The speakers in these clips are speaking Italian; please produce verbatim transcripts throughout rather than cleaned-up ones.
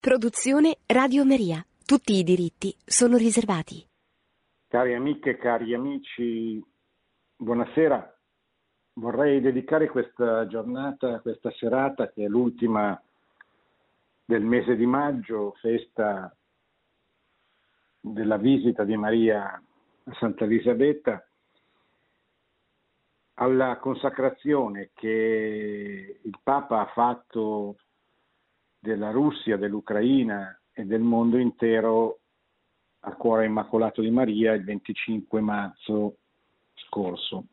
Produzione Radio Maria. Tutti i diritti sono riservati. Cari amiche, cari amici, buonasera. Vorrei dedicare questa giornata, questa serata, che è l'ultima del mese di maggio, festa della visita di Maria a Santa Elisabetta, alla consacrazione che il Papa ha fatto della Russia, dell'Ucraina e del mondo intero al cuore immacolato di Maria il venticinque marzo scorso.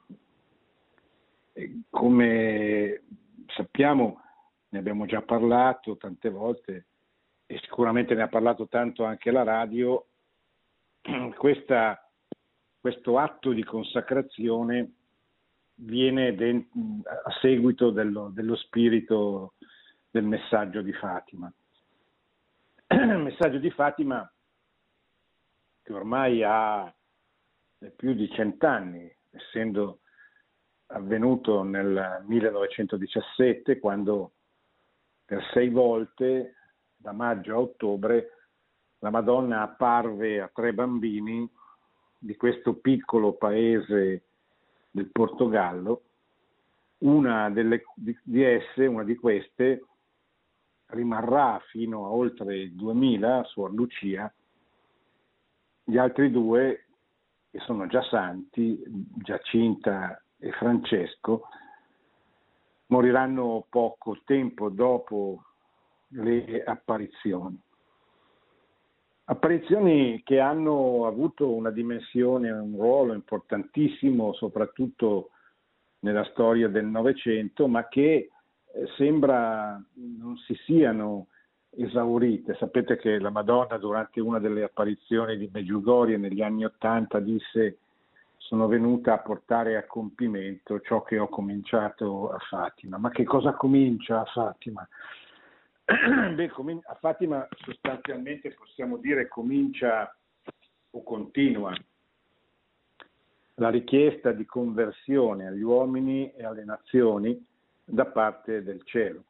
E come sappiamo, ne abbiamo già parlato tante volte e sicuramente ne ha parlato tanto anche la radio, questa, questo atto di consacrazione viene de- a seguito dello, dello spirito del messaggio di Fatima. Il messaggio di Fatima, che ormai ha più di cent'anni, essendo avvenuto nel millenovecentodiciassette, quando per sei volte, da maggio a ottobre, la Madonna apparve a tre bambini di questo piccolo paese del Portogallo. Una delle, di, di esse, una di queste, rimarrà fino a oltre duemila, Suor Lucia. Gli altri due, che sono già santi, Giacinta e Francesco, moriranno poco tempo dopo le apparizioni. Apparizioni che hanno avuto una dimensione, un ruolo importantissimo, soprattutto nella storia del Novecento, ma che eh, sembra non si siano esaurite. Sapete che la Madonna, durante una delle apparizioni di Medjugorje negli anni Ottanta, disse: sono venuta a portare a compimento ciò che ho cominciato a Fatima. Ma che cosa comincia a Fatima? Beh, a Fatima sostanzialmente possiamo dire comincia o continua la richiesta di conversione agli uomini e alle nazioni da parte del cielo.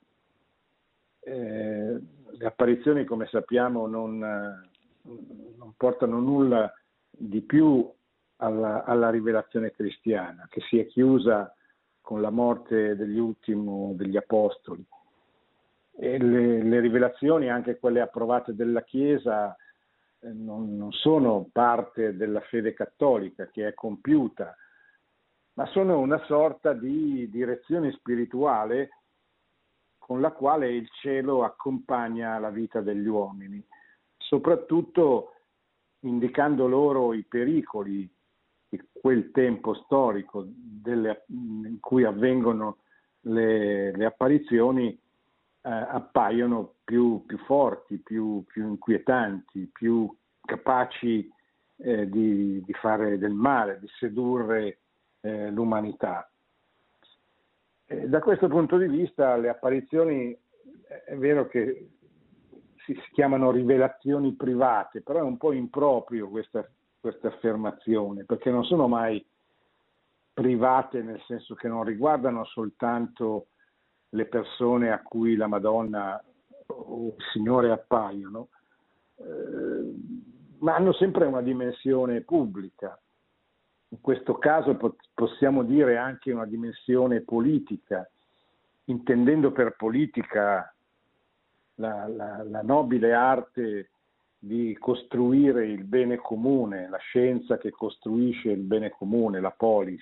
Eh, le apparizioni, come sappiamo, non, non portano nulla di più alla, alla rivelazione cristiana, che si è chiusa con la morte degli ultimi degli apostoli. E le, le rivelazioni, anche quelle approvate dalla Chiesa, eh, non, non sono parte della fede cattolica che è compiuta, ma sono una sorta di direzione spirituale con la quale il cielo accompagna la vita degli uomini, soprattutto indicando loro i pericoli di quel tempo storico delle, in cui avvengono le, le apparizioni. Eh, appaiono più, più forti, più, più inquietanti, più capaci eh, di, di fare del male, di sedurre eh, l'umanità. E da questo punto di vista le apparizioni è vero che si, si chiamano rivelazioni private, però è un po' improprio questa, questa affermazione, perché non sono mai private, nel senso che non riguardano soltanto le persone a cui la Madonna o il Signore appaiono, eh, ma hanno sempre una dimensione pubblica. In questo caso pot- possiamo dire anche una dimensione politica, intendendo per politica la, la, la nobile arte di costruire il bene comune, la scienza che costruisce il bene comune, la polis.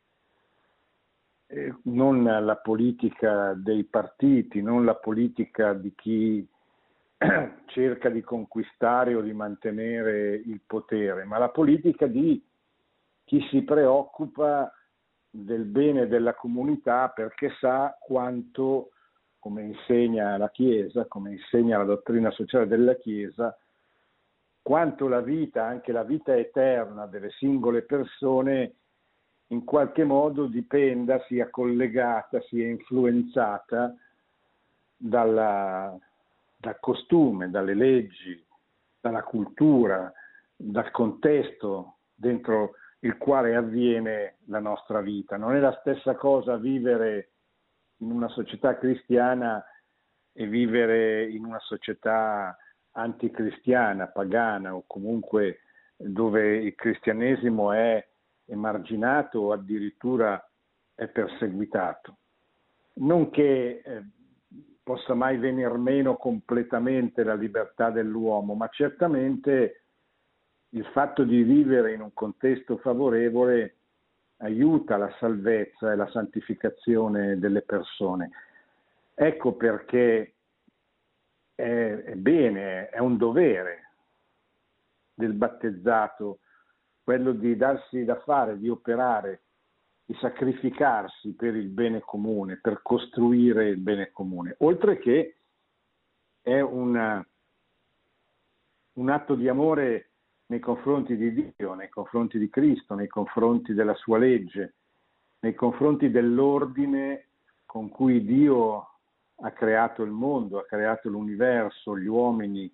Eh, non la politica dei partiti, non la politica di chi cerca di conquistare o di mantenere il potere, ma la politica di chi si preoccupa del bene della comunità perché sa quanto, come insegna la Chiesa, come insegna la dottrina sociale della Chiesa, quanto la vita, anche la vita eterna delle singole persone, in qualche modo dipenda, sia collegata, sia influenzata dalla, dal costume, dalle leggi, dalla cultura, dal contesto dentro il quale avviene la nostra vita. Non è la stessa cosa vivere in una società cristiana e vivere in una società anticristiana, pagana, o comunque dove il cristianesimo è emarginato o addirittura è perseguitato. Non che eh, possa mai venir meno completamente la libertà dell'uomo, ma certamente il fatto di vivere in un contesto favorevole aiuta la salvezza e la santificazione delle persone. Ecco perché è, è bene, è un dovere del battezzato quello di darsi da fare, di operare, di sacrificarsi per il bene comune, per costruire il bene comune, oltre che è una, un atto di amore nei confronti di Dio, nei confronti di Cristo, nei confronti della sua legge, nei confronti dell'ordine con cui Dio ha creato il mondo, ha creato l'universo, gli uomini,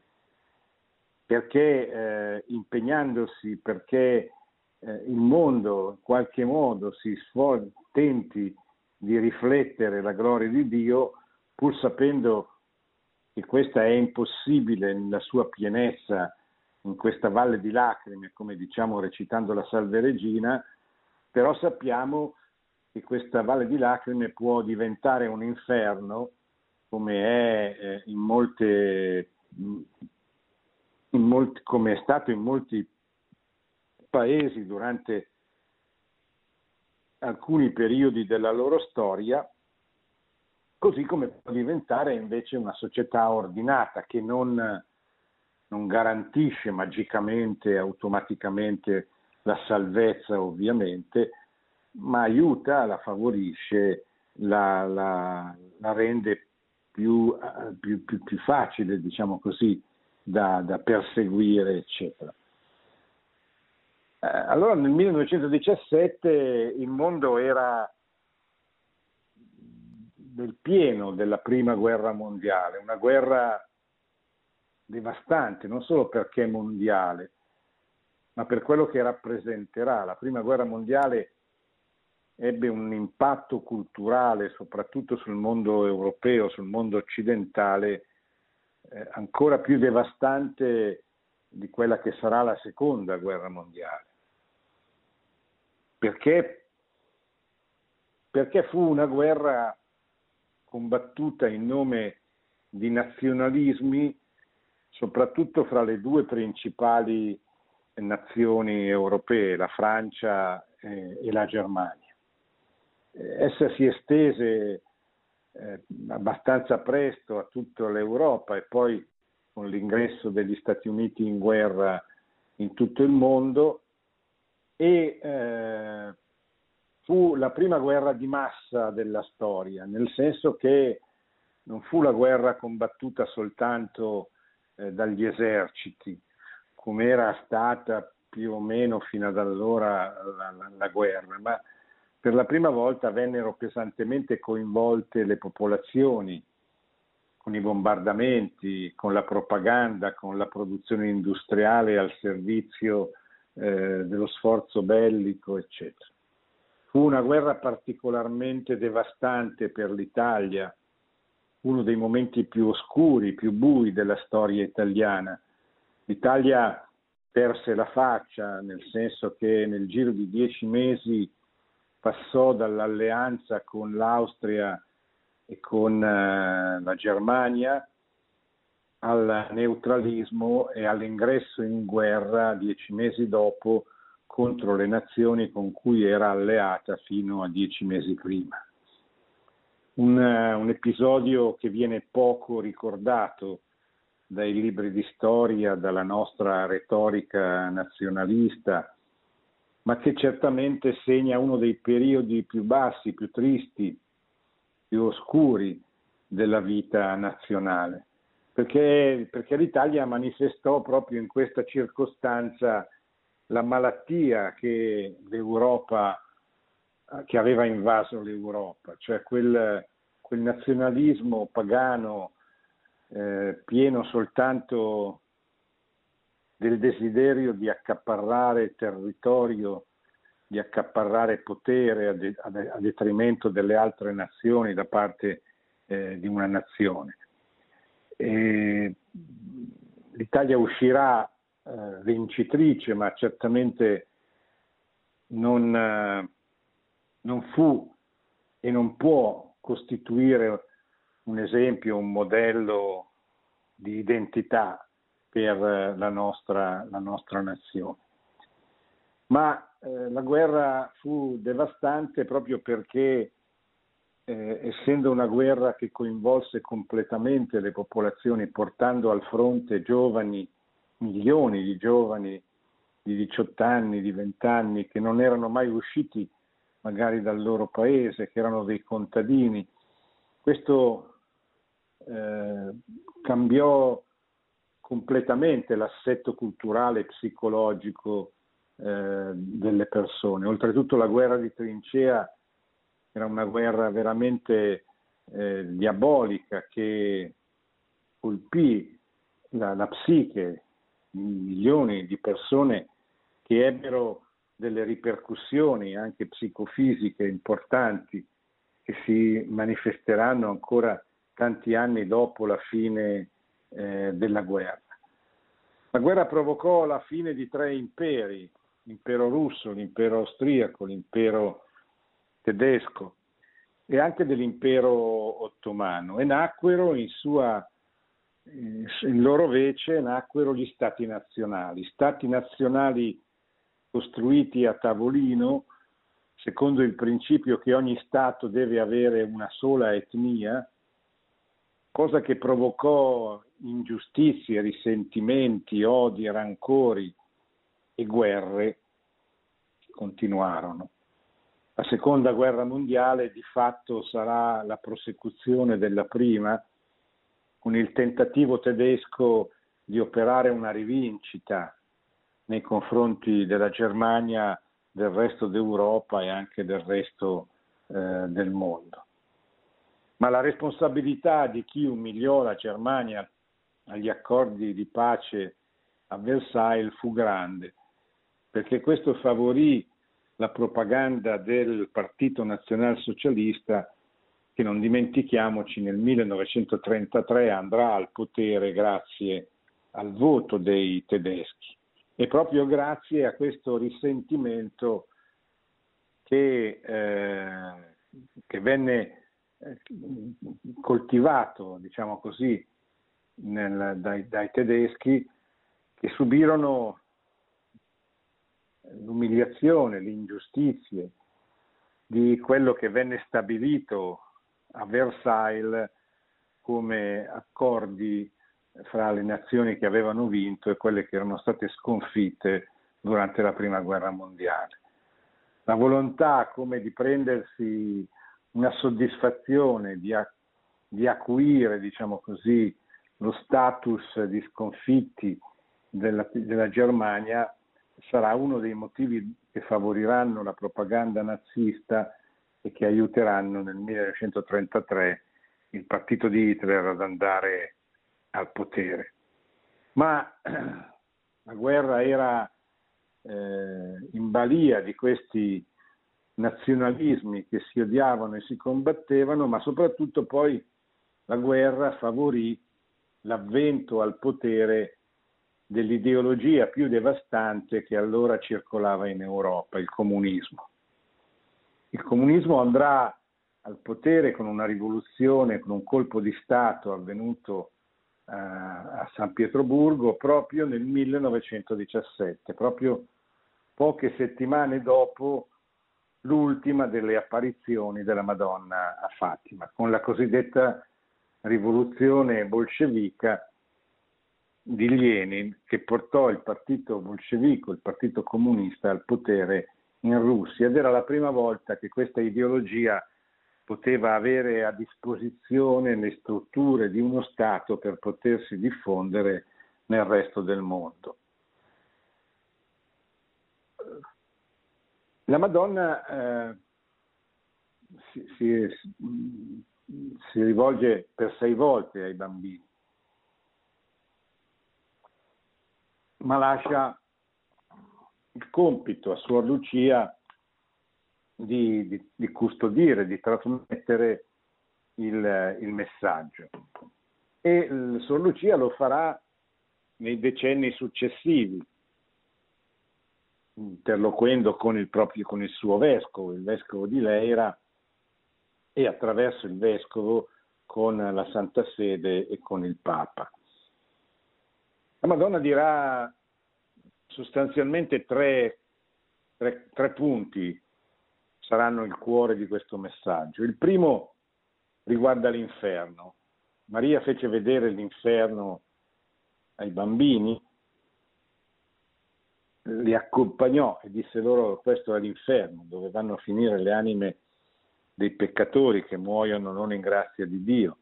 perché eh, impegnandosi perché eh, il mondo in qualche modo si sfor- tenti di riflettere la gloria di Dio, pur sapendo che questa è impossibile nella sua pienezza in questa valle di lacrime, come diciamo recitando la Salve Regina, però sappiamo che questa valle di lacrime può diventare un inferno, come è eh, in molte, in molti, come è stato in molti paesi durante alcuni periodi della loro storia, così come può diventare invece una società ordinata che non non garantisce magicamente, automaticamente la salvezza ovviamente, ma aiuta, la favorisce, la, la, la rende più, più, più, più facile, diciamo così, da, da perseguire, eccetera. Eh, allora nel millenovecentodiciassette il mondo era nel pieno della prima guerra mondiale, una guerra devastante, non solo perché è mondiale, ma per quello che rappresenterà. La prima guerra mondiale ebbe un impatto culturale, soprattutto sul mondo europeo, sul mondo occidentale, eh, ancora più devastante di quella che sarà la seconda guerra mondiale. Perché? Perché fu una guerra combattuta in nome di nazionalismi, soprattutto fra le due principali nazioni europee, la Francia eh, e la Germania. Eh, essa si estese eh, abbastanza presto a tutta l'Europa e poi con l'ingresso degli Stati Uniti in guerra in tutto il mondo e eh, fu la prima guerra di massa della storia, nel senso che non fu la guerra combattuta soltanto dagli eserciti, come era stata più o meno fino ad allora la, la, la guerra, ma per la prima volta vennero pesantemente coinvolte le popolazioni con i bombardamenti, con la propaganda, con la produzione industriale al servizio eh, dello sforzo bellico, eccetera. Fu una guerra particolarmente devastante per l'Italia, uno dei momenti più oscuri, più bui della storia italiana. L'Italia perse la faccia, nel senso che nel giro di dieci mesi passò dall'alleanza con l'Austria e con eh, la Germania al neutralismo e all'ingresso in guerra dieci mesi dopo contro le nazioni con cui era alleata fino a dieci mesi prima. Un, un episodio che viene poco ricordato dai libri di storia, dalla nostra retorica nazionalista, ma che certamente segna uno dei periodi più bassi, più tristi, più oscuri della vita nazionale, perché, perché l'Italia manifestò proprio in questa circostanza la malattia che l'Europa che aveva invaso l'Europa, cioè quel, quel nazionalismo pagano eh, pieno soltanto del desiderio di accaparrare territorio, di accaparrare potere a, de, a detrimento delle altre nazioni da parte eh, di una nazione. E l'Italia uscirà eh, vincitrice, ma certamente non, eh, non fu e non può costituire un esempio, un modello di identità per la nostra, la nostra nazione. Ma eh, la guerra fu devastante proprio perché, eh, essendo una guerra che coinvolse completamente le popolazioni, portando al fronte giovani, milioni di giovani di diciotto anni, di venti anni, che non erano mai usciti magari dal loro paese, che erano dei contadini, questo eh, cambiò completamente l'assetto culturale e psicologico eh, delle persone. Oltretutto la guerra di trincea era una guerra veramente eh, diabolica che colpì la, la psiche di milioni di persone che ebbero delle ripercussioni anche psicofisiche importanti che si manifesteranno ancora tanti anni dopo la fine eh, della guerra. La guerra provocò la fine di tre imperi, l'impero russo, l'impero austriaco, l'impero tedesco e anche dell'impero ottomano, e nacquero in sua in loro vece nacquero gli stati nazionali, stati nazionali costruiti a tavolino secondo il principio che ogni stato deve avere una sola etnia, cosa che provocò ingiustizie, risentimenti, odi, rancori e guerre che continuarono. La seconda guerra mondiale di fatto sarà la prosecuzione della prima, con il tentativo tedesco di operare una rivincita nei confronti della Germania, del resto d'Europa e anche del resto eh, del mondo. Ma la responsabilità di chi umiliò la Germania agli accordi di pace a Versailles fu grande, perché questo favorì la propaganda del Partito Nazionalsocialista, che non dimentichiamoci nel millenovecentotrentatré andrà al potere grazie al voto dei tedeschi. E proprio grazie a questo risentimento che, eh, che venne eh, coltivato, diciamo così, nel, dai, dai tedeschi, che subirono l'umiliazione, le ingiustizie di quello che venne stabilito a Versailles come accordi fra le nazioni che avevano vinto e quelle che erano state sconfitte durante la Prima Guerra Mondiale. La volontà come di prendersi una soddisfazione, di, di acuire, diciamo così, lo status di sconfitti della, della Germania sarà uno dei motivi che favoriranno la propaganda nazista e che aiuteranno nel millenovecentotrentatré il partito di Hitler ad andare al potere. Ma la guerra era eh, in balia di questi nazionalismi che si odiavano e si combattevano, ma soprattutto poi la guerra favorì l'avvento al potere dell'ideologia più devastante che allora circolava in Europa, il comunismo. Il comunismo andrà al potere con una rivoluzione, con un colpo di Stato avvenuto a San Pietroburgo proprio nel millenovecentodiciassette, proprio poche settimane dopo l'ultima delle apparizioni della Madonna a Fatima, con la cosiddetta rivoluzione bolscevica di Lenin, che portò il partito bolscevico, il partito comunista, al potere in Russia, ed era la prima volta che questa ideologia poteva avere a disposizione le strutture di uno Stato per potersi diffondere nel resto del mondo. La Madonna eh, si, si, si rivolge per sei volte ai bambini, ma lascia il compito a Suor Lucia Di, di, di custodire, di trasmettere il, il messaggio. E Suor Lucia lo farà nei decenni successivi, interloquendo con il, proprio, con il suo vescovo, il vescovo di Leira, e attraverso il vescovo con la Santa Sede e con il Papa. La Madonna dirà sostanzialmente tre, tre, tre punti saranno il cuore di questo messaggio. Il primo riguarda l'inferno. Maria fece vedere l'inferno ai bambini, li accompagnò e disse loro: questo è l'inferno, dove vanno a finire le anime dei peccatori che muoiono non in grazia di Dio.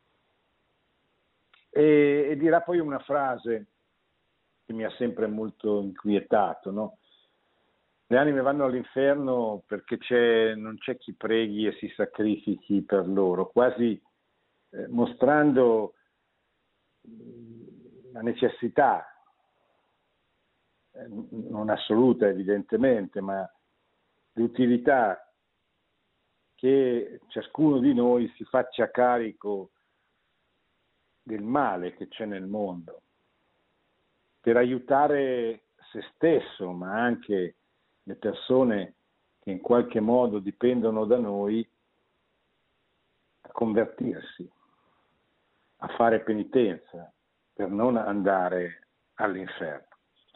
E, e dirà poi una frase che mi ha sempre molto inquietato, no? Le anime vanno all'inferno perché c'è, non c'è chi preghi e si sacrifichi per loro, quasi eh, mostrando la necessità, eh, non assoluta evidentemente, ma l'utilità che ciascuno di noi si faccia carico del male che c'è nel mondo, per aiutare se stesso, ma anche le persone che in qualche modo dipendono da noi, a convertirsi, a fare penitenza, per non andare all'inferno.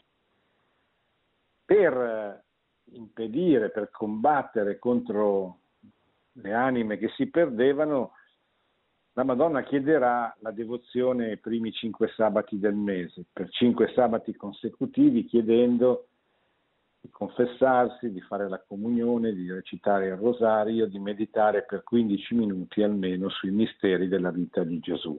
Per impedire, per combattere contro le anime che si perdevano, la Madonna chiederà la devozione ai primi cinque sabati del mese, per cinque sabati consecutivi, chiedendo di confessarsi, di fare la comunione, di recitare il rosario, di meditare per quindici minuti almeno sui misteri della vita di Gesù.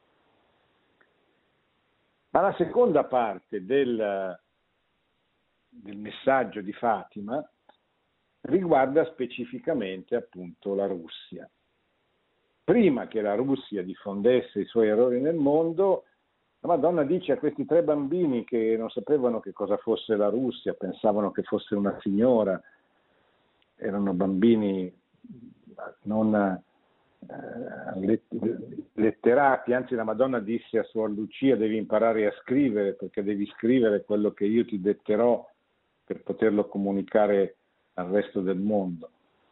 Ma la seconda parte del, del messaggio di Fatima riguarda specificamente appunto la Russia. Prima che la Russia diffondesse i suoi errori nel mondo, la Madonna dice a questi tre bambini che non sapevano che cosa fosse la Russia, pensavano che fosse una signora, erano bambini non eh, letterati, anzi la Madonna disse a Suor Lucia: devi imparare a scrivere, perché devi scrivere quello che io ti detterò per poterlo comunicare al resto del mondo.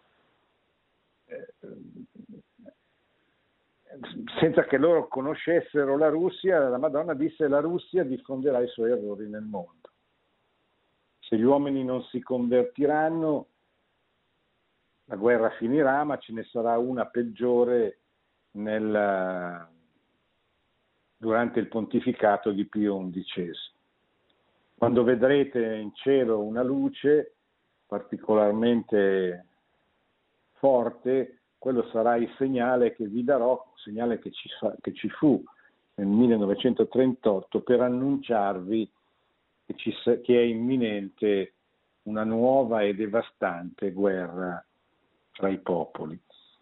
Senza che loro conoscessero la Russia, la Madonna disse: la Russia diffonderà i suoi errori nel mondo. Se gli uomini non si convertiranno, la guerra finirà, ma ce ne sarà una peggiore nel, durante il pontificato di Pio undicesimo. Quando vedrete in cielo una luce particolarmente forte, quello sarà il segnale che vi darò, segnale che ci, che ci fu nel millenovecentotrentotto per annunciarvi che, ci, che è imminente una nuova e devastante guerra tra i popoli.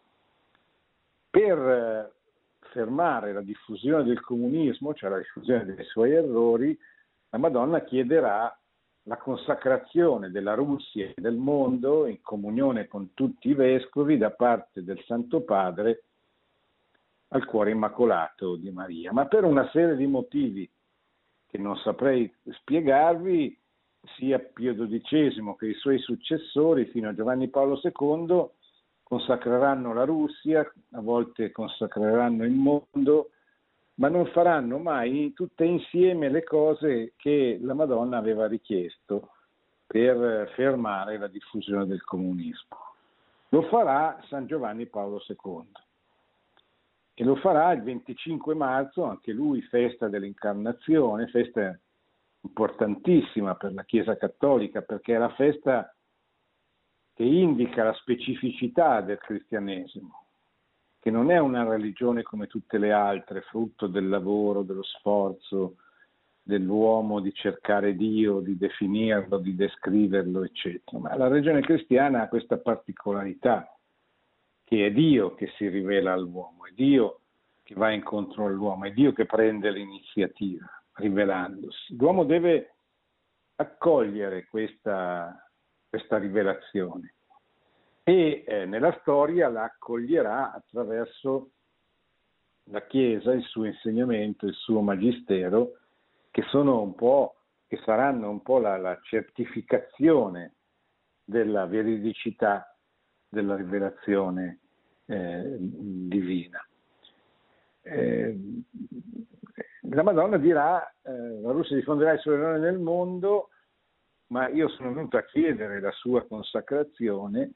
Per fermare la diffusione del comunismo, cioè la diffusione dei suoi errori, la Madonna chiederà la consacrazione della Russia e del mondo in comunione con tutti i vescovi da parte del Santo Padre al cuore immacolato di Maria. Ma per una serie di motivi che non saprei spiegarvi, sia Pio dodicesimo che i suoi successori fino a Giovanni Paolo secondo consacreranno la Russia, a volte consacreranno il mondo, ma non faranno mai tutte insieme le cose che la Madonna aveva richiesto per fermare la diffusione del comunismo. Lo farà San Giovanni Paolo secondo e lo farà il venticinque marzo, anche lui festa dell'Incarnazione, festa importantissima per la Chiesa Cattolica, perché è la festa che indica la specificità del cristianesimo, che non è una religione come tutte le altre, frutto del lavoro, dello sforzo dell'uomo di cercare Dio, di definirlo, di descriverlo, eccetera. Ma la religione cristiana ha questa particolarità, che è Dio che si rivela all'uomo, è Dio che va incontro all'uomo, è Dio che prende l'iniziativa, rivelandosi. L'uomo deve accogliere questa, questa rivelazione e eh, nella storia la accoglierà attraverso la Chiesa, il suo insegnamento, il suo magistero, che sono un po', che saranno un po' la, la certificazione della veridicità della rivelazione eh, divina. Eh, la Madonna dirà, eh, la Russia diffonderà il suo errore nel mondo, ma io sono venuto a chiedere la sua consacrazione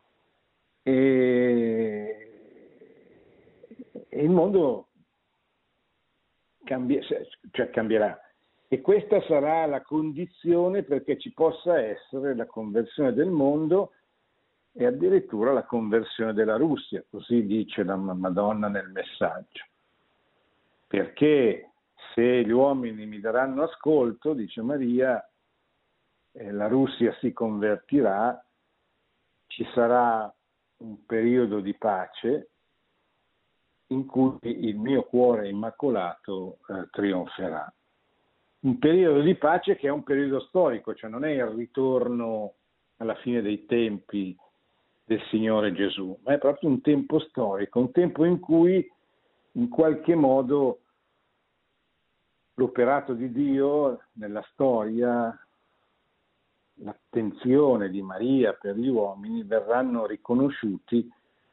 e, e il mondo cambia, cioè cambierà. E questa sarà la condizione perché ci possa essere la conversione del mondo e addirittura la conversione della Russia, così dice la Madonna nel messaggio. Perché se gli uomini mi daranno ascolto, dice Maria, eh, la Russia si convertirà, ci sarà un periodo di pace in cui il mio cuore immacolato eh, trionferà. Un periodo di pace che è un periodo storico, cioè non è il ritorno alla fine dei tempi del Signore Gesù, ma è proprio un tempo storico, un tempo in cui in qualche modo l'operato di Dio nella storia, l'attenzione di Maria per gli uomini verranno riconosciuti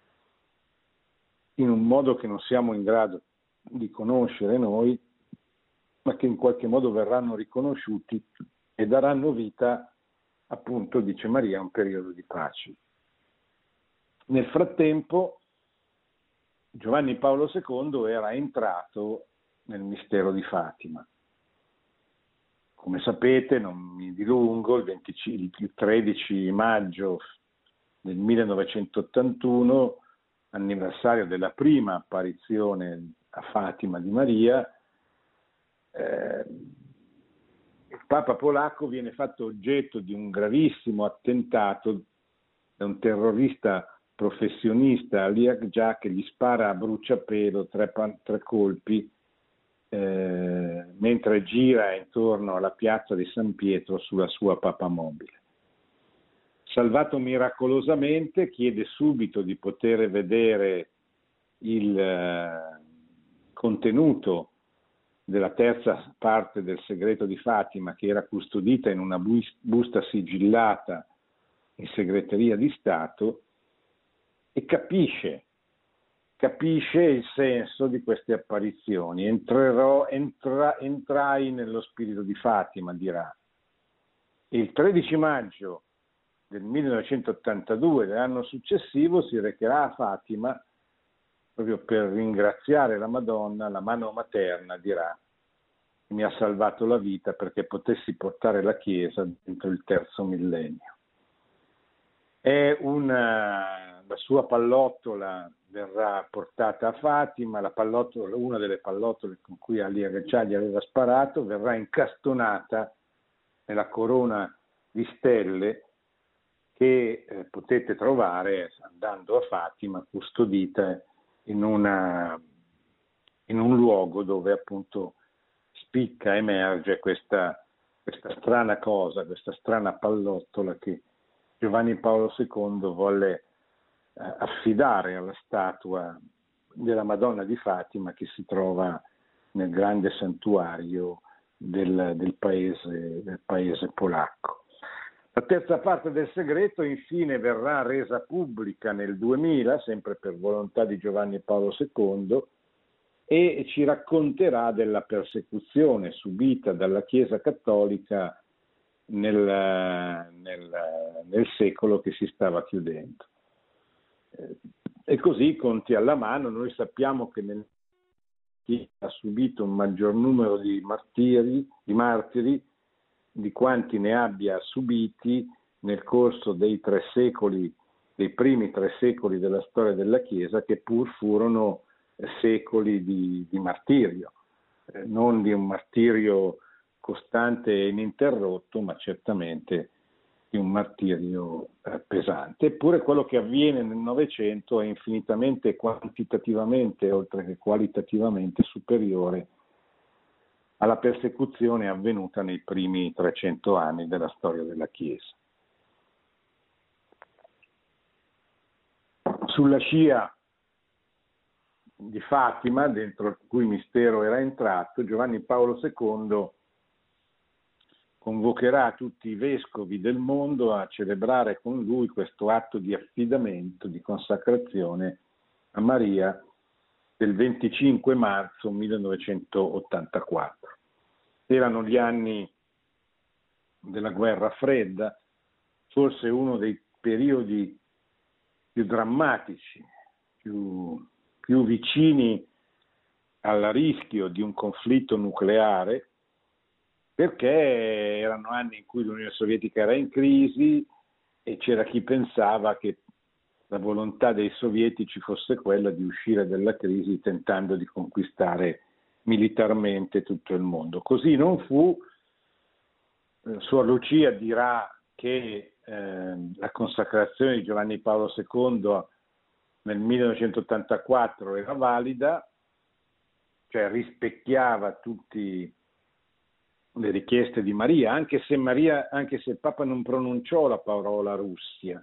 in un modo che non siamo in grado di conoscere noi, ma che in qualche modo verranno riconosciuti e daranno vita, appunto, dice Maria, a un periodo di pace. Nel frattempo Giovanni Paolo secondo era entrato nel mistero di Fatima. Come sapete, non mi dilungo, il, venticinque, il tredici maggio del millenovecentottantuno, anniversario della prima apparizione a Fatima di Maria, eh, il Papa polacco viene fatto oggetto di un gravissimo attentato da un terrorista professionista, Aliak Jah, che gli spara a bruciapelo tre, tre colpi eh, mentre gira intorno alla piazza di San Pietro sulla sua papamobile. Salvato miracolosamente, chiede subito di poter vedere il eh, contenuto della terza parte del segreto di Fatima, che era custodita in una busta sigillata in segreteria di Stato, e capisce, capisce il senso di queste apparizioni. Entrerò, entra, entrai nello spirito di Fatima, dirà. E il tredici maggio del millenovecentottantadue, dell'anno successivo, si recherà a Fatima proprio per ringraziare la Madonna, la mano materna, dirà, che mi ha salvato la vita perché potessi portare la Chiesa dentro il terzo millennio. È una, la sua pallottola verrà portata a Fatima, la pallottola, una delle pallottole con cui Ali Agha gli aveva sparato, verrà incastonata nella corona di stelle che eh, potete trovare andando a Fatima, custodita in, una, in un luogo dove appunto spicca, emerge questa, questa strana cosa, questa strana pallottola che Giovanni Paolo secondo volle eh, affidare alla statua della Madonna di Fatima che si trova nel grande santuario del, del, paese, del paese polacco. La terza parte del segreto infine verrà resa pubblica nel duemila, sempre per volontà di Giovanni Paolo secondo, e ci racconterà della persecuzione subita dalla Chiesa Cattolica nel, nel, nel secolo che si stava chiudendo. E così, conti alla mano, noi sappiamo che nel Chiesa ha subito un maggior numero di martiri, di martiri di quanti ne abbia subiti nel corso dei tre secoli, dei primi tre secoli della storia della Chiesa, che pur furono secoli di, di martirio, eh, non di un martirio costante e ininterrotto, ma certamente di un martirio eh, pesante. Eppure quello che avviene nel Novecento è infinitamente quantitativamente, oltre che qualitativamente, superiore alla persecuzione avvenuta nei primi trecento anni della storia della Chiesa. Sulla scia di Fatima, dentro il cui mistero era entrato, Giovanni Paolo secondo convocherà tutti i vescovi del mondo a celebrare con lui questo atto di affidamento, di consacrazione a Maria del venticinque marzo millenovecentottantaquattro. Erano gli anni della guerra fredda, forse uno dei periodi più drammatici, più, più vicini al rischio di un conflitto nucleare, perché erano anni in cui l'Unione Sovietica era in crisi e c'era chi pensava che la volontà dei sovietici fosse quella di uscire dalla crisi tentando di conquistare militarmente tutto il mondo. Così non fu. Suor Lucia dirà che eh, la consacrazione di Giovanni Paolo secondo nel millenovecentottantaquattro era valida, cioè rispecchiava tutte le richieste di Maria, anche se Maria, anche se il Papa non pronunciò la parola Russia.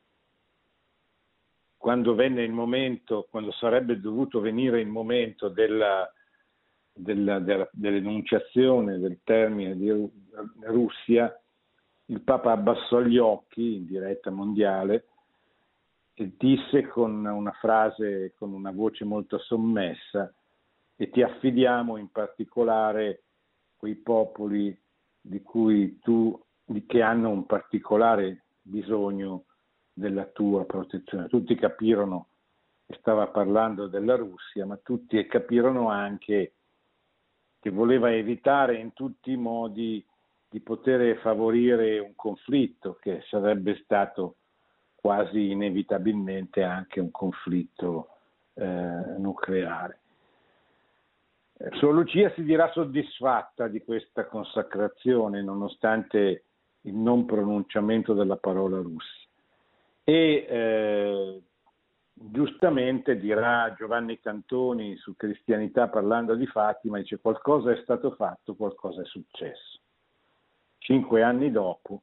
Quando venne il momento, quando sarebbe dovuto venire il momento della, della, della, dell'enunciazione del termine di Russia, il Papa abbassò gli occhi in diretta mondiale e disse con una frase, con una voce molto sommessa: e ti affidiamo in particolare quei popoli di cui tu, di che hanno un particolare bisogno della tua protezione. Tutti capirono che stava parlando della Russia, ma tutti capirono anche che voleva evitare in tutti i modi di poter favorire un conflitto che sarebbe stato quasi inevitabilmente anche un conflitto eh, nucleare. Suor Lucia si dirà soddisfatta di questa consacrazione nonostante il non pronunciamento della parola Russia e eh, giustamente dirà Giovanni Cantoni su Cristianità parlando di Fatima, dice: qualcosa è stato fatto, qualcosa è successo. Cinque anni dopo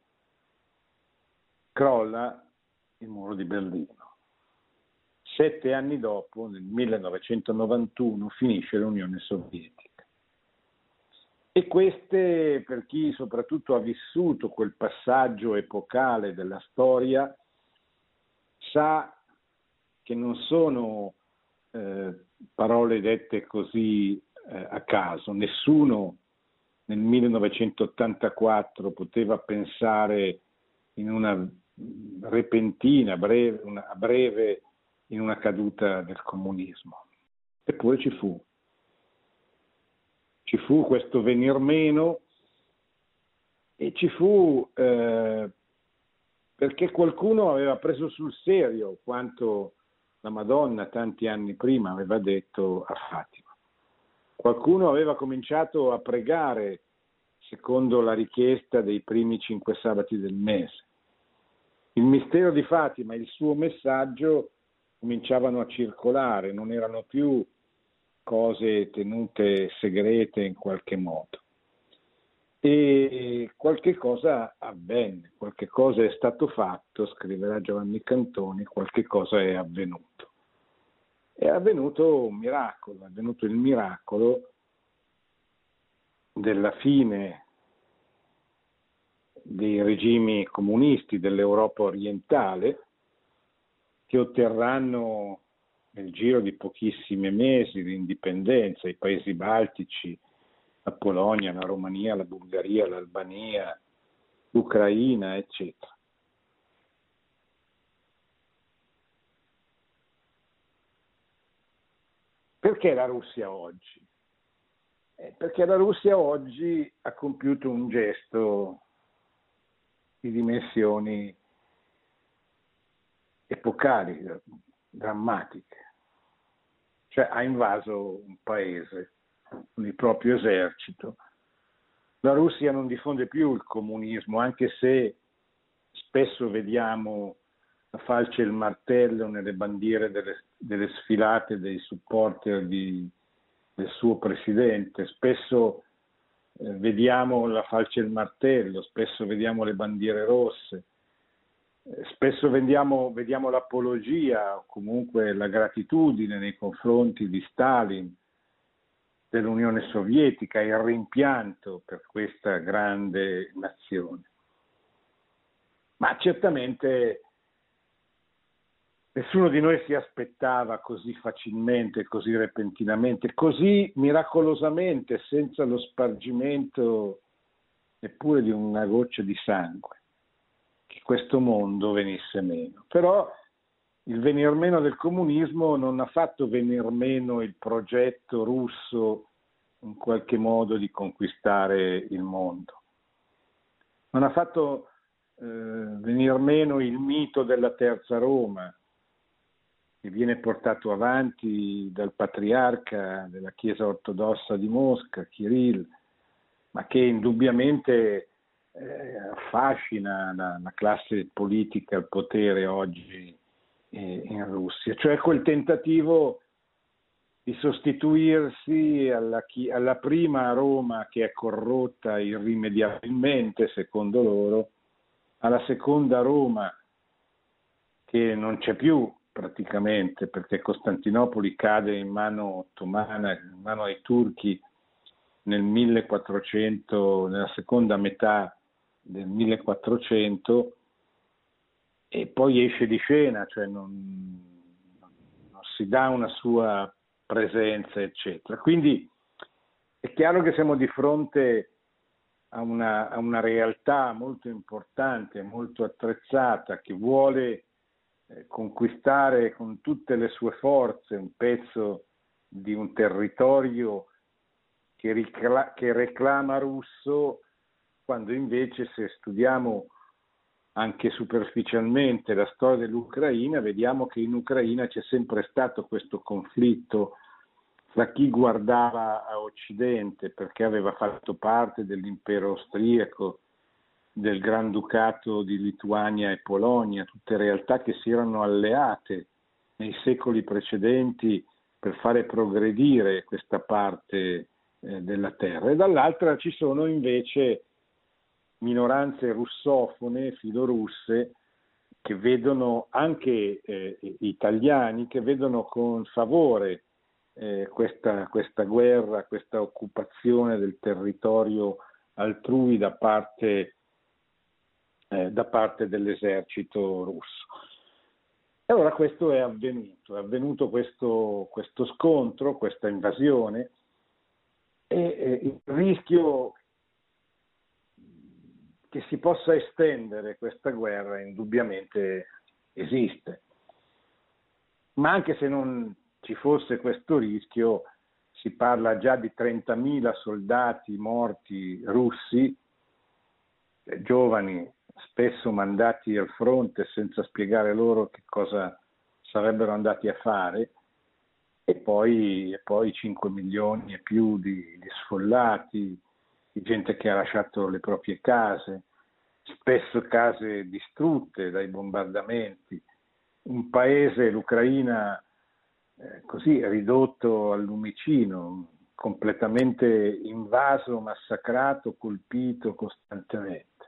crolla il muro di Berlino. Sette anni dopo, nel millenovecentonovantuno, finisce l'Unione Sovietica. E queste, per chi soprattutto ha vissuto quel passaggio epocale della storia, sa che non sono eh, parole dette così eh, a caso. Nessuno nel millenovecentottantaquattro poteva pensare in una repentina, breve, una, a breve, in una caduta del comunismo. Eppure ci fu. Ci fu questo venir meno e ci fu eh, perché qualcuno aveva preso sul serio quanto la Madonna tanti anni prima aveva detto a Fatima. Qualcuno aveva cominciato a pregare secondo la richiesta dei primi cinque sabati del mese. Il mistero di Fatima e il suo messaggio cominciavano a circolare, non erano più cose tenute segrete in qualche modo. E qualche cosa avvenne, qualche cosa è stato fatto, scriverà Giovanni Cantoni, qualche cosa è avvenuto. È avvenuto un miracolo, è avvenuto il miracolo della fine dei regimi comunisti dell'Europa orientale, che otterranno nel giro di pochissimi mesi l'indipendenza, i paesi baltici, la Polonia, la Romania, la Bulgaria, l'Albania, l'Ucraina, eccetera. Perché la Russia oggi? Eh, perché la Russia oggi ha compiuto un gesto di dimensioni epocali, drammatiche. Cioè ha invaso un paese con il proprio esercito. La Russia non diffonde più il comunismo, anche se spesso vediamo la falce e il martello nelle bandiere delle, delle sfilate dei supporter di, del suo presidente. Spesso eh, vediamo la falce e il martello, spesso vediamo le bandiere rosse. Spesso vediamo, vediamo l'apologia o comunque la gratitudine nei confronti di Stalin, dell'Unione Sovietica, il rimpianto per questa grande nazione. Ma certamente nessuno di noi si aspettava così facilmente, così repentinamente, così miracolosamente, senza lo spargimento neppure di una goccia di sangue, che questo mondo venisse meno. Però il venir meno del comunismo non ha fatto venir meno il progetto russo in qualche modo di conquistare il mondo. Non ha fatto eh, venir meno il mito della Terza Roma, che viene portato avanti dal patriarca della Chiesa ortodossa di Mosca, Kirill, ma che indubbiamente eh, affascina la, la classe politica al potere oggi in Russia, cioè quel tentativo di sostituirsi alla, alla prima Roma che è corrotta irrimediabilmente, secondo loro, alla seconda Roma che non c'è più praticamente, perché Costantinopoli cade in mano ottomana, in mano ai turchi nel millequattrocento, nella seconda metà del millequattrocento, e poi esce di scena, cioè non, non si dà una sua presenza, eccetera. Quindi è chiaro che siamo di fronte a una, a una realtà molto importante, molto attrezzata, che vuole eh, conquistare con tutte le sue forze un pezzo di un territorio che, ricla- che reclama russo, quando invece, se studiamo anche superficialmente la storia dell'Ucraina, vediamo che in Ucraina c'è sempre stato questo conflitto tra chi guardava a Occidente perché aveva fatto parte dell'impero austriaco, del Granducato di Lituania e Polonia, tutte realtà che si erano alleate nei secoli precedenti per fare progredire questa parte eh, della terra, e dall'altra ci sono invece minoranze russofone, filorusse, che vedono anche eh, italiani, che vedono con favore eh, questa, questa guerra, questa occupazione del territorio altrui da parte, eh, da parte dell'esercito russo. E allora questo è avvenuto, è avvenuto questo, questo scontro, questa invasione, e eh, il rischio che si possa estendere questa guerra indubbiamente esiste. Ma anche se non ci fosse questo rischio, si parla già di trentamila soldati morti russi, eh, giovani, spesso mandati al fronte senza spiegare loro che cosa sarebbero andati a fare, e poi, e poi cinque milioni e più di, di sfollati, di gente che ha lasciato le proprie case, spesso case distrutte dai bombardamenti, un paese, l'Ucraina, eh, così ridotto al lumicino, completamente invaso, massacrato, colpito costantemente.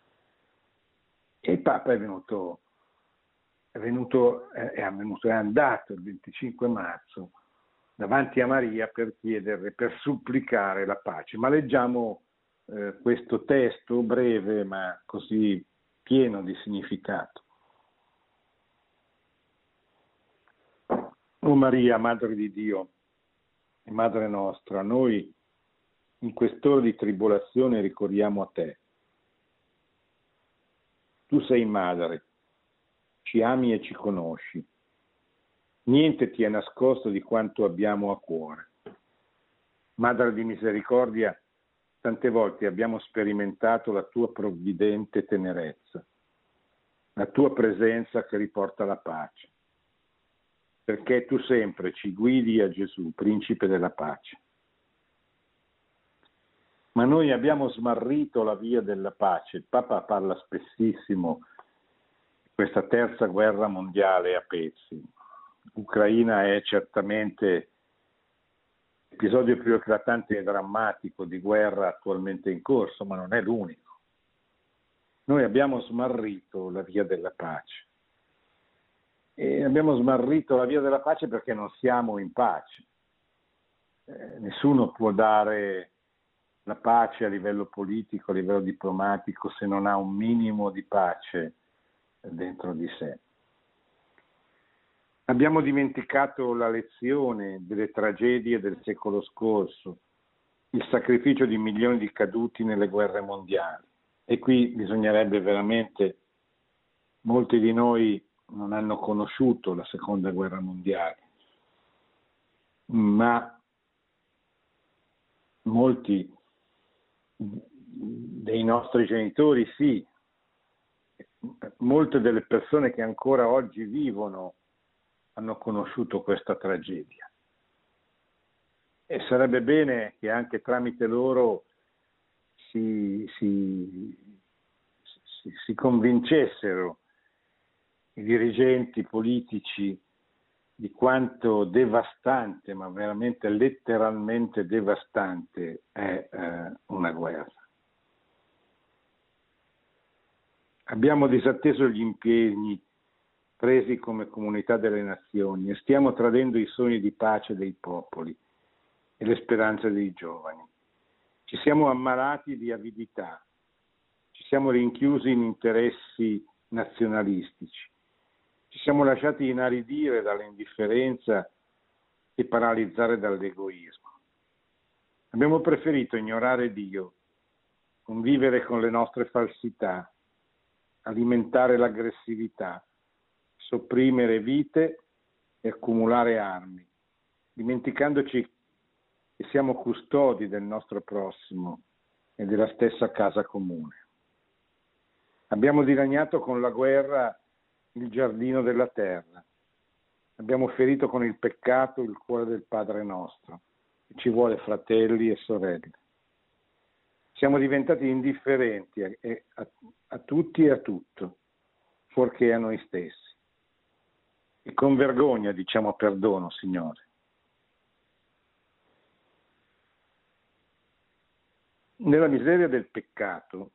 E il Papa è venuto, è venuto, è, è venuto, è andato il venticinque marzo davanti a Maria per chiedere, per supplicare la pace. Ma leggiamo eh, questo testo breve ma così pieno di significato. O Maria, Madre di Dio e Madre nostra, noi in quest'ora di tribolazione ricorriamo a te. Tu sei madre, ci ami e ci conosci. Niente ti è nascosto di quanto abbiamo a cuore. Madre di misericordia, tante volte abbiamo sperimentato la tua provvidente tenerezza, la tua presenza che riporta la pace, perché tu sempre ci guidi a Gesù, principe della pace. Ma noi abbiamo smarrito la via della pace. Il Papa parla spessissimo di questa terza guerra mondiale a pezzi. L'Ucraina è certamente l'episodio più eclatante e drammatico di guerra attualmente in corso, ma non è l'unico. Noi abbiamo smarrito la via della pace. E abbiamo smarrito la via della pace perché non siamo in pace. eh, nessuno può dare la pace a livello politico, a livello diplomatico, se non ha un minimo di pace dentro di sé. Abbiamo dimenticato la lezione delle tragedie del secolo scorso, il sacrificio di milioni di caduti nelle guerre mondiali. E qui bisognerebbe veramente, molti di noi non hanno conosciuto la seconda guerra mondiale, ma molti dei nostri genitori sì, molte delle persone che ancora oggi vivono hanno conosciuto questa tragedia. E sarebbe bene che anche tramite loro si, si, si, si convincessero i dirigenti politici di quanto devastante, ma veramente letteralmente devastante è eh, una guerra. Abbiamo disatteso gli impegni presi come comunità delle nazioni e stiamo tradendo i sogni di pace dei popoli e le speranze dei giovani. Ci siamo ammalati di avidità, ci siamo rinchiusi in interessi nazionalistici, ci siamo lasciati inaridire dall'indifferenza e paralizzare dall'egoismo. Abbiamo preferito ignorare Dio, convivere con le nostre falsità, alimentare l'aggressività, sopprimere vite e accumulare armi, dimenticandoci che siamo custodi del nostro prossimo e della stessa casa comune. Abbiamo dilaniato con la guerra il giardino della terra, abbiamo ferito con il peccato il cuore del Padre nostro, che ci vuole fratelli e sorelle. Siamo diventati indifferenti a, a, a tutti e a tutto, fuorché a noi stessi. E con vergogna diciamo perdono, Signore. Nella miseria del peccato,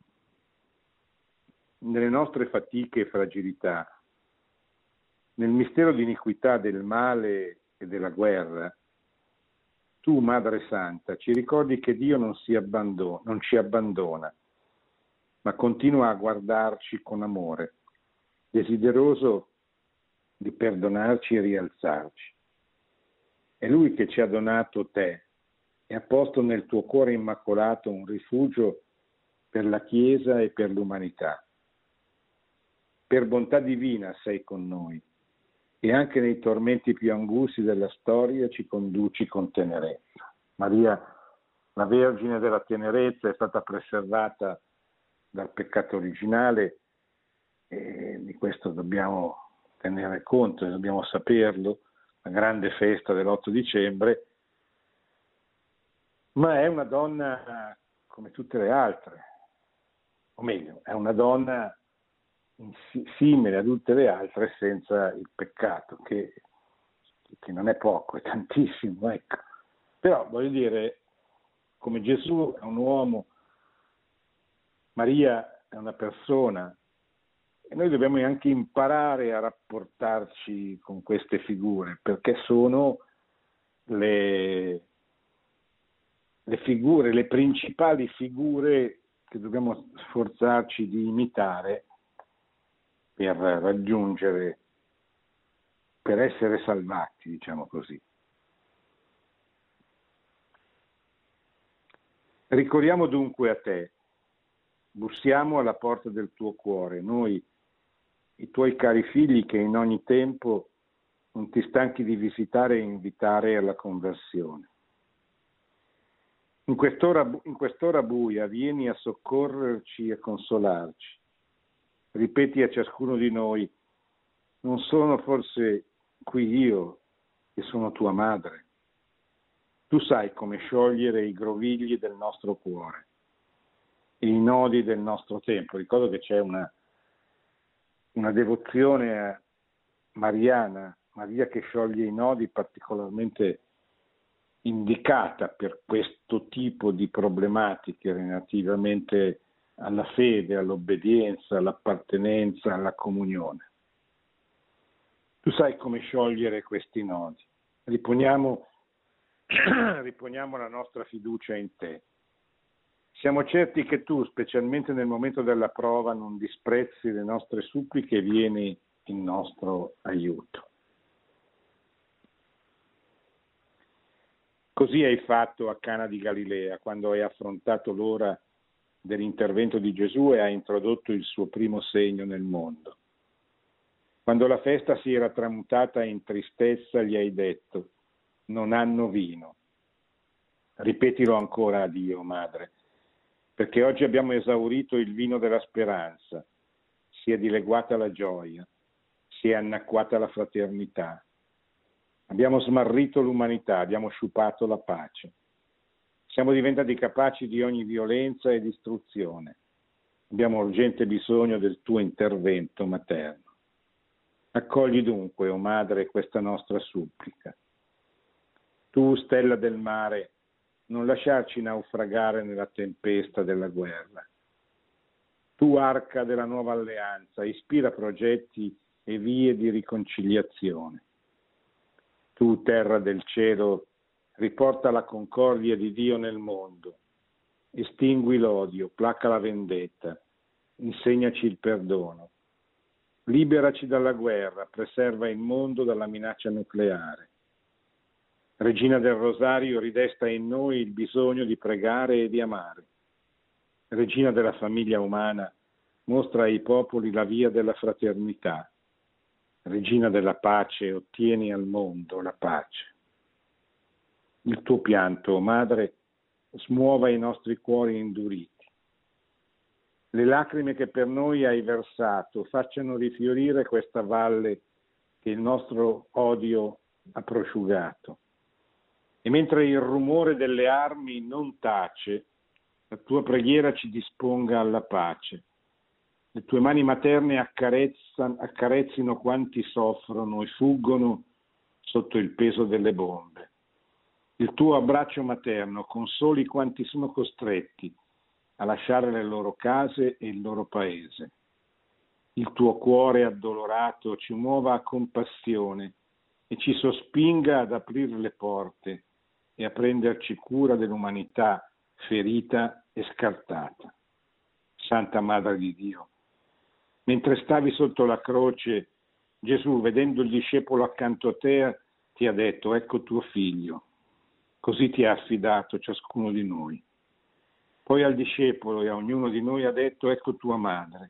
nelle nostre fatiche e fragilità, nel mistero di iniquità del male e della guerra, tu, Madre Santa, ci ricordi che Dio non, si abbandona, non ci abbandona, ma continua a guardarci con amore, desideroso di perdonarci e rialzarci. È Lui che ci ha donato te e ha posto nel tuo cuore immacolato un rifugio per la Chiesa e per l'umanità. Per bontà divina sei con noi e anche nei tormenti più angusti della storia ci conduci con tenerezza. Maria, la Vergine della tenerezza, è stata preservata dal peccato originale e di questo dobbiamo tenere conto e dobbiamo saperlo, la grande festa dell'otto dicembre, ma è una donna come tutte le altre, o meglio, è una donna simile a tutte le altre senza il peccato, che, che non è poco, è tantissimo, ecco. Però voglio dire, come Gesù è un uomo, Maria è una persona, e noi dobbiamo anche imparare a rapportarci con queste figure, perché sono le, le figure, le principali figure che dobbiamo sforzarci di imitare per raggiungere, per essere salvati, diciamo così. Ricorriamo dunque a te, bussiamo alla porta del tuo cuore, noi, i tuoi cari figli che in ogni tempo non ti stanchi di visitare e invitare alla conversione. In quest'ora, in quest'ora buia vieni a soccorrerci e consolarci. Ripeti a ciascuno di noi, non sono forse qui io che sono tua madre? Tu sai come sciogliere i grovigli del nostro cuore, i nodi del nostro tempo. Ricordo che c'è una, una devozione mariana, Maria che scioglie i nodi, particolarmente indicata per questo tipo di problematiche relativamente alla fede, all'obbedienza, all'appartenenza, alla comunione. Tu sai come sciogliere questi nodi. Riponiamo riponiamo la nostra fiducia in te. Siamo certi che tu, specialmente nel momento della prova, non disprezzi le nostre suppliche e vieni in nostro aiuto. Così hai fatto a Cana di Galilea, quando hai affrontato l'ora dell'intervento di Gesù e hai introdotto il suo primo segno nel mondo. Quando la festa si era tramutata in tristezza, gli hai detto: non hanno vino. Ripetilo ancora a Dio, Madre, perché oggi abbiamo esaurito il vino della speranza, si è dileguata la gioia, si è annacquata la fraternità. Abbiamo smarrito l'umanità, abbiamo sciupato la pace. Siamo diventati capaci di ogni violenza e distruzione. Abbiamo urgente bisogno del tuo intervento materno. Accogli dunque, o Madre, questa nostra supplica. Tu, stella del mare, non lasciarci naufragare nella tempesta della guerra. Tu, arca della nuova alleanza, ispira progetti e vie di riconciliazione. Tu, terra del cielo, riporta la concordia di Dio nel mondo. Estingui l'odio, placa la vendetta, insegnaci il perdono. Liberaci dalla guerra, preserva il mondo dalla minaccia nucleare. Regina del Rosario, ridesta in noi il bisogno di pregare e di amare. Regina della famiglia umana, mostra ai popoli la via della fraternità. Regina della pace, ottieni al mondo la pace. Il tuo pianto, Madre, smuova i nostri cuori induriti. Le lacrime che per noi hai versato facciano rifiorire questa valle che il nostro odio ha prosciugato. E mentre il rumore delle armi non tace, la tua preghiera ci disponga alla pace. Le tue mani materne accarezzino quanti soffrono e fuggono sotto il peso delle bombe. Il tuo abbraccio materno consoli quanti sono costretti a lasciare le loro case e il loro paese. Il tuo cuore addolorato ci muova a compassione e ci sospinga ad aprire le porte e a prenderci cura dell'umanità ferita e scartata. Santa Madre di Dio, mentre stavi sotto la croce, Gesù, vedendo il discepolo accanto a te, ti ha detto: ecco tuo figlio. Così ti ha affidato ciascuno di noi. Poi al discepolo e a ognuno di noi ha detto: ecco tua madre.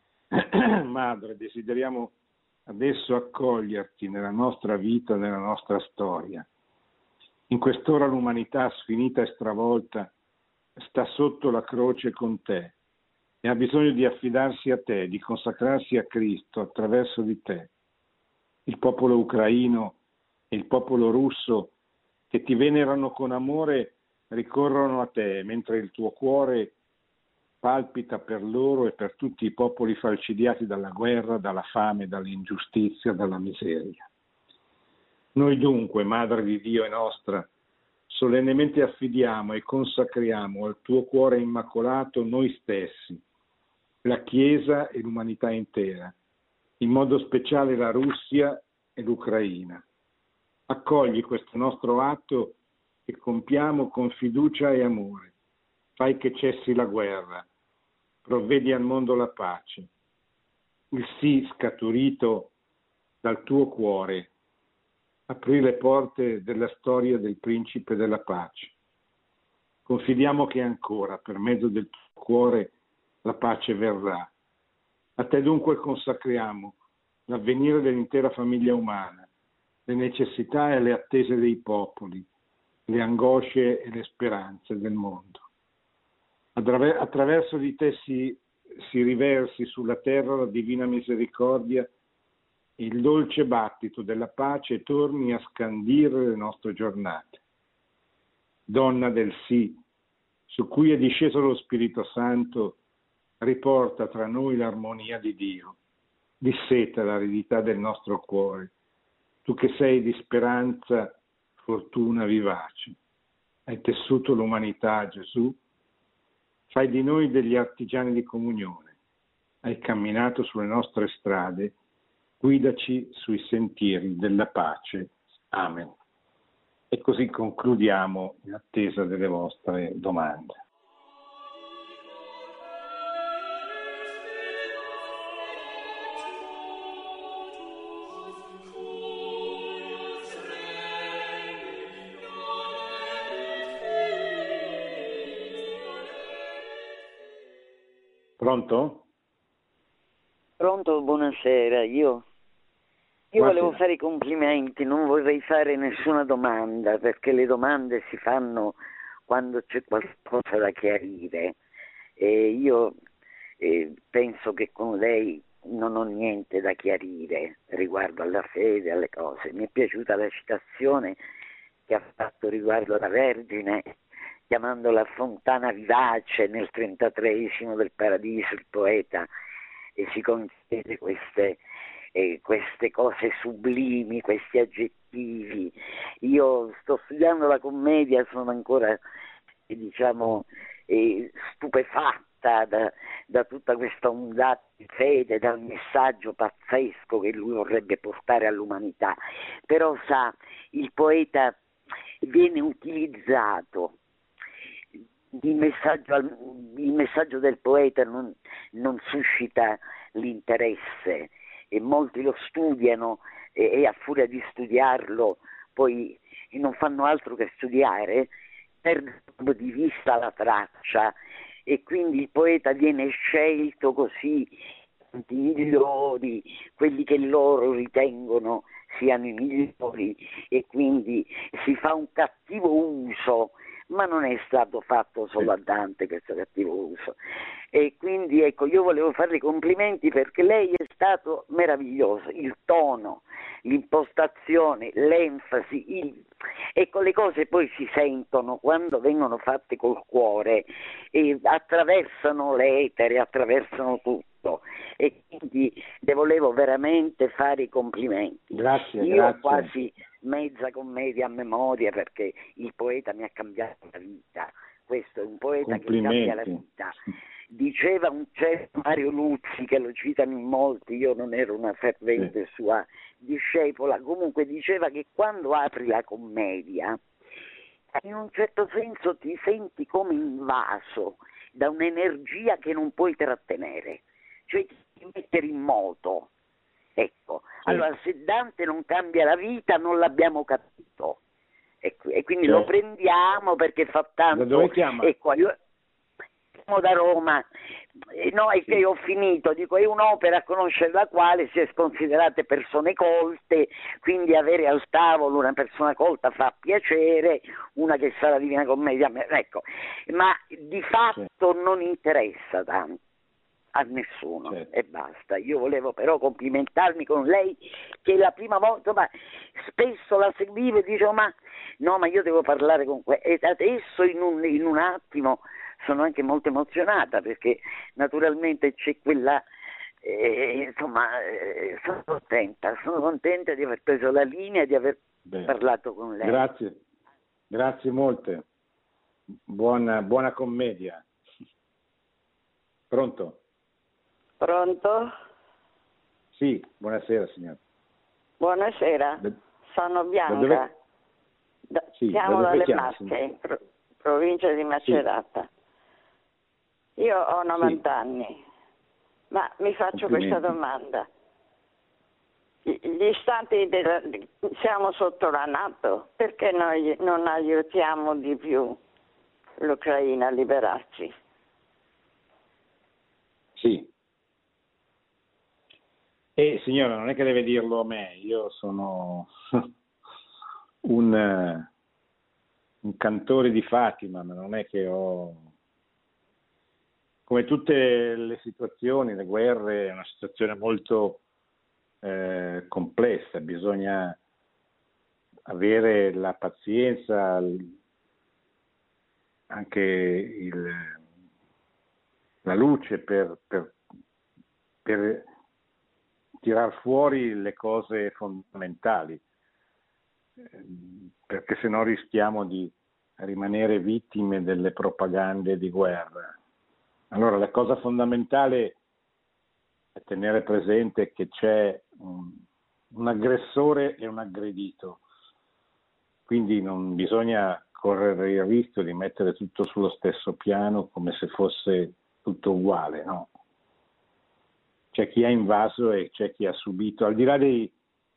Madre, desideriamo adesso accoglierti nella nostra vita, nella nostra storia. In quest'ora l'umanità sfinita e stravolta sta sotto la croce con te e ha bisogno di affidarsi a te, di consacrarsi a Cristo attraverso di te. Il popolo ucraino e il popolo russo che ti venerano con amore ricorrono a te, mentre il tuo cuore palpita per loro e per tutti i popoli falcidiati dalla guerra, dalla fame, dall'ingiustizia, dalla miseria. Noi dunque, Madre di Dio e nostra, solennemente affidiamo e consacriamo al tuo cuore immacolato noi stessi, la Chiesa e l'umanità intera, in modo speciale la Russia e l'Ucraina. Accogli questo nostro atto che compiamo con fiducia e amore. Fai che cessi la guerra, provvedi al mondo la pace. Il sì scaturito dal tuo cuore, aprì le porte della storia del principe della pace. Confidiamo che ancora, per mezzo del tuo cuore, la pace verrà. A te dunque consacriamo l'avvenire dell'intera famiglia umana, le necessità e le attese dei popoli, le angosce e le speranze del mondo. Attraverso di te si, si riversi sulla terra la divina misericordia, il dolce battito della pace torni a scandire le nostre giornate. Donna del sì, su cui è disceso lo Spirito Santo, riporta tra noi l'armonia di Dio, disseta l'aridità del nostro cuore, tu che sei di speranza, fortuna vivace. Hai tessuto l'umanità, Gesù, fai di noi degli artigiani di comunione, hai camminato sulle nostre strade, guidaci sui sentieri della pace. Amen. e così concludiamo in attesa delle vostre domande. Pronto? Pronto, buonasera. Io, io volevo fare i complimenti, non vorrei fare nessuna domanda, perché le domande si fanno quando c'è qualcosa da chiarire. E io eh, penso che con lei non ho niente da chiarire riguardo alla fede, alle cose. Mi è piaciuta la citazione che ha fatto riguardo alla Vergine, chiamandola fontana vivace nel trentatreesimo del Paradiso, il poeta, e si concede queste, eh, queste cose sublimi, questi aggettivi. Io sto studiando la commedia, sono ancora, eh, diciamo, eh, stupefatta da, da tutta questa ondata di fede, dal messaggio pazzesco che lui vorrebbe portare all'umanità. Però sa, il poeta viene utilizzato. Il messaggio, il messaggio del poeta non, non suscita l'interesse e molti lo studiano e, e a furia di studiarlo poi non fanno altro che studiare, perdono di vista la traccia e quindi il poeta viene scelto così, i migliori, quelli che loro ritengono siano i migliori, e quindi si fa un cattivo uso. Ma non è stato fatto solo a Dante questo cattivo uso. E quindi ecco, io volevo farle i complimenti perché lei è stato meraviglioso, il tono, l'impostazione, l'enfasi, il... ecco, le cose poi si sentono quando vengono fatte col cuore e attraversano l'etere, attraversano tutto, e quindi le volevo veramente fare i complimenti. Grazie, io grazie. quasi mezza commedia a memoria perché il poeta mi ha cambiato la vita. Questo è un poeta che cambia la vita. Diceva un certo Mario Luzzi, che lo citano in molti, io non ero una fervente sì. sua discepola, comunque diceva che quando apri la commedia in un certo senso ti senti come invaso da un'energia che non puoi trattenere, cioè ti mettere in moto. Ecco, sì. Allora se Dante non cambia la vita non l'abbiamo capito, e, e quindi certo. Lo prendiamo perché fa tanto. Da dove chiama? Ecco, io chiamo da Roma, e no, è sì. Che ho finito, dico, è un'opera a conoscere la quale si è considerate persone colte, quindi avere al tavolo una persona colta fa piacere, una che sa la Divina Commedia, ecco, ma di fatto sì. Non interessa tanto a nessuno, certo. E basta. Io volevo però complimentarmi con lei, che la prima volta, ma spesso la seguivo e dicevo ma no, ma io devo parlare con que-, e adesso in un, in un attimo sono anche molto emozionata perché naturalmente c'è quella eh, insomma eh, sono contenta sono contenta di aver preso la linea e di aver Bene. Parlato con lei. Grazie, grazie molte, buona, buona commedia. Pronto? Pronto? Sì, buonasera signora. Buonasera, da, sono Bianca, da dove... da, sì, chiamo da dalle Marche, in pro, provincia di Macerata. Sì. Io ho novanta sì. anni, ma mi faccio questa domanda. Gli stati della, siamo sotto la NATO, perché noi non aiutiamo di più l'Ucraina a liberarci? Sì. E signora, non è che deve dirlo a me, io sono un, un cantore di Fatima, ma non è che ho, come tutte le situazioni, le guerre, è una situazione molto eh, complessa, bisogna avere la pazienza, anche il, la luce per, per, per tirar fuori le cose fondamentali, perché se no rischiamo di rimanere vittime delle propagande di guerra. Allora la cosa fondamentale è tenere presente che c'è un, un aggressore e un aggredito, quindi non bisogna correre il rischio di mettere tutto sullo stesso piano come se fosse tutto uguale, no? C'è chi ha invaso e c'è chi ha subito, al di là dei,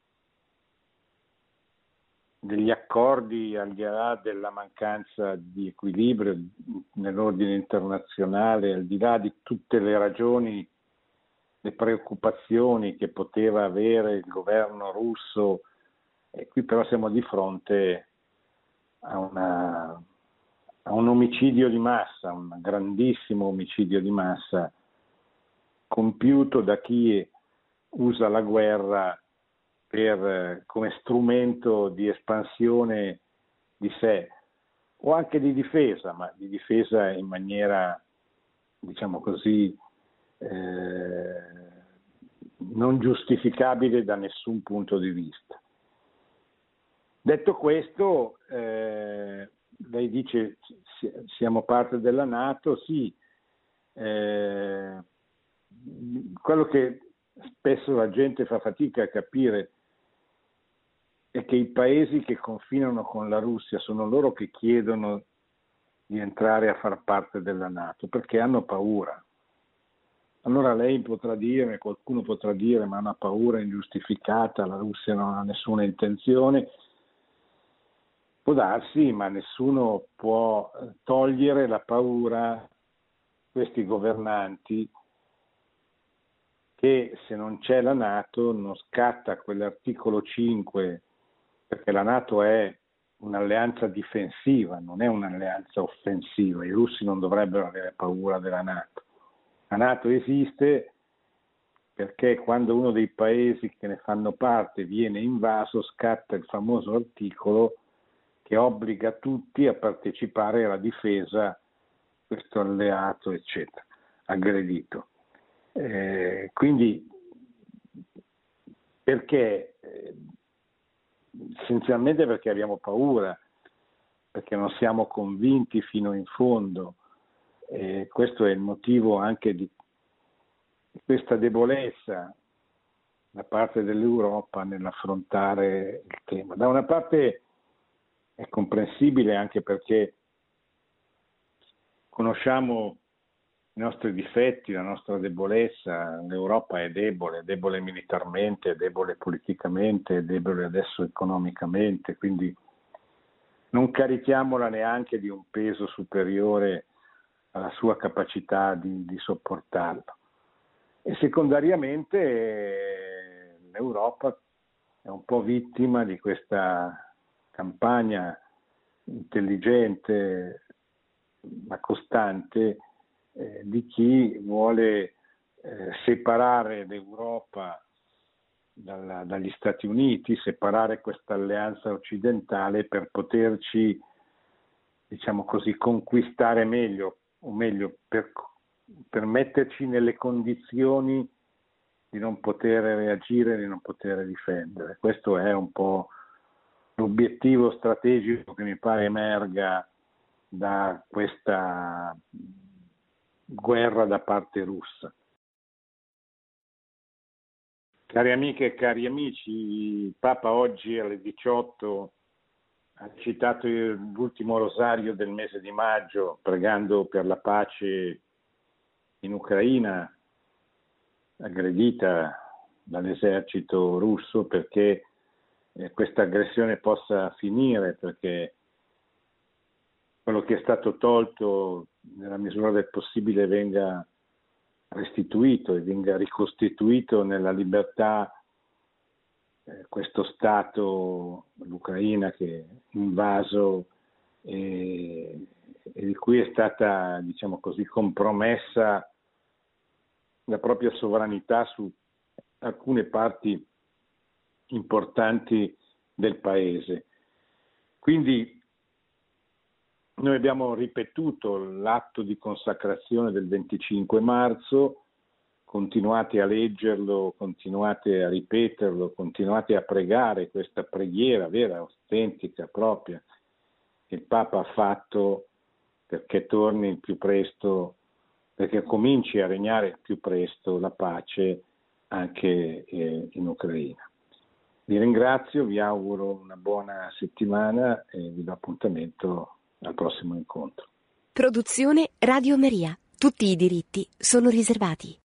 degli accordi, al di là della mancanza di equilibrio nell'ordine internazionale, al di là di tutte le ragioni, le preoccupazioni che poteva avere il governo russo, e qui però siamo di fronte a, una, a un omicidio di massa, un grandissimo omicidio di massa compiuto da chi usa la guerra per, come strumento di espansione di sé o anche di difesa, ma di difesa in maniera, diciamo così, eh, non giustificabile da nessun punto di vista. Detto questo, eh, lei dice siamo parte della NATO, sì, eh, quello che spesso la gente fa fatica a capire è che i paesi che confinano con la Russia sono loro che chiedono di entrare a far parte della NATO, perché hanno paura. Allora lei potrà dire, qualcuno potrà dire, ma è una paura ingiustificata, la Russia non ha nessuna intenzione. Può darsi, ma nessuno può togliere la paura a questi governanti che se non c'è la NATO non scatta quell'articolo cinque, perché la NATO è un'alleanza difensiva, non è un'alleanza offensiva. I russi non dovrebbero avere paura della NATO. La NATO esiste perché quando uno dei paesi che ne fanno parte viene invaso scatta il famoso articolo che obbliga tutti a partecipare alla difesa di questo alleato, eccetera, aggredito. Eh, quindi perché? Eh, essenzialmente perché abbiamo paura, perché non siamo convinti fino in fondo. Eh, questo è il motivo anche di questa debolezza da parte dell'Europa nell'affrontare il tema. Da una parte è comprensibile anche perché conosciamo i nostri difetti, la nostra debolezza. L'Europa è debole, è debole militarmente, è debole politicamente, è debole adesso economicamente, quindi non carichiamola neanche di un peso superiore alla sua capacità di, di sopportarlo. E secondariamente eh, l'Europa è un po' vittima di questa campagna intelligente ma costante eh, di chi vuole eh, separare l'Europa dalla, dagli Stati Uniti, separare questa alleanza occidentale per poterci, diciamo così, conquistare meglio, o meglio, per, per metterci nelle condizioni di non poter reagire, di non poter difendere. Questo è un po' l'obiettivo strategico che mi pare emerga da questa guerra da parte russa. Cari amiche e cari amici, il Papa oggi alle diciotto ha citato l'ultimo rosario del mese di maggio, pregando per la pace in Ucraina, aggredita dall'esercito russo, perché eh, questa aggressione possa finire, perché quello che è stato tolto nella misura del possibile venga restituito e venga ricostituito nella libertà eh, questo Stato, l'Ucraina, che è invaso e, e di cui è stata, diciamo così, compromessa la propria sovranità su alcune parti importanti del paese. Quindi noi abbiamo ripetuto l'atto di consacrazione del venticinque marzo, continuate a leggerlo, continuate a ripeterlo, continuate a pregare questa preghiera vera, autentica, propria, che il Papa ha fatto perché torni il più presto, perché cominci a regnare il più presto la pace anche eh, in Ucraina. Vi ringrazio, vi auguro una buona settimana e vi do appuntamento al prossimo incontro. Produzione Radio Maria. Tutti i diritti sono riservati.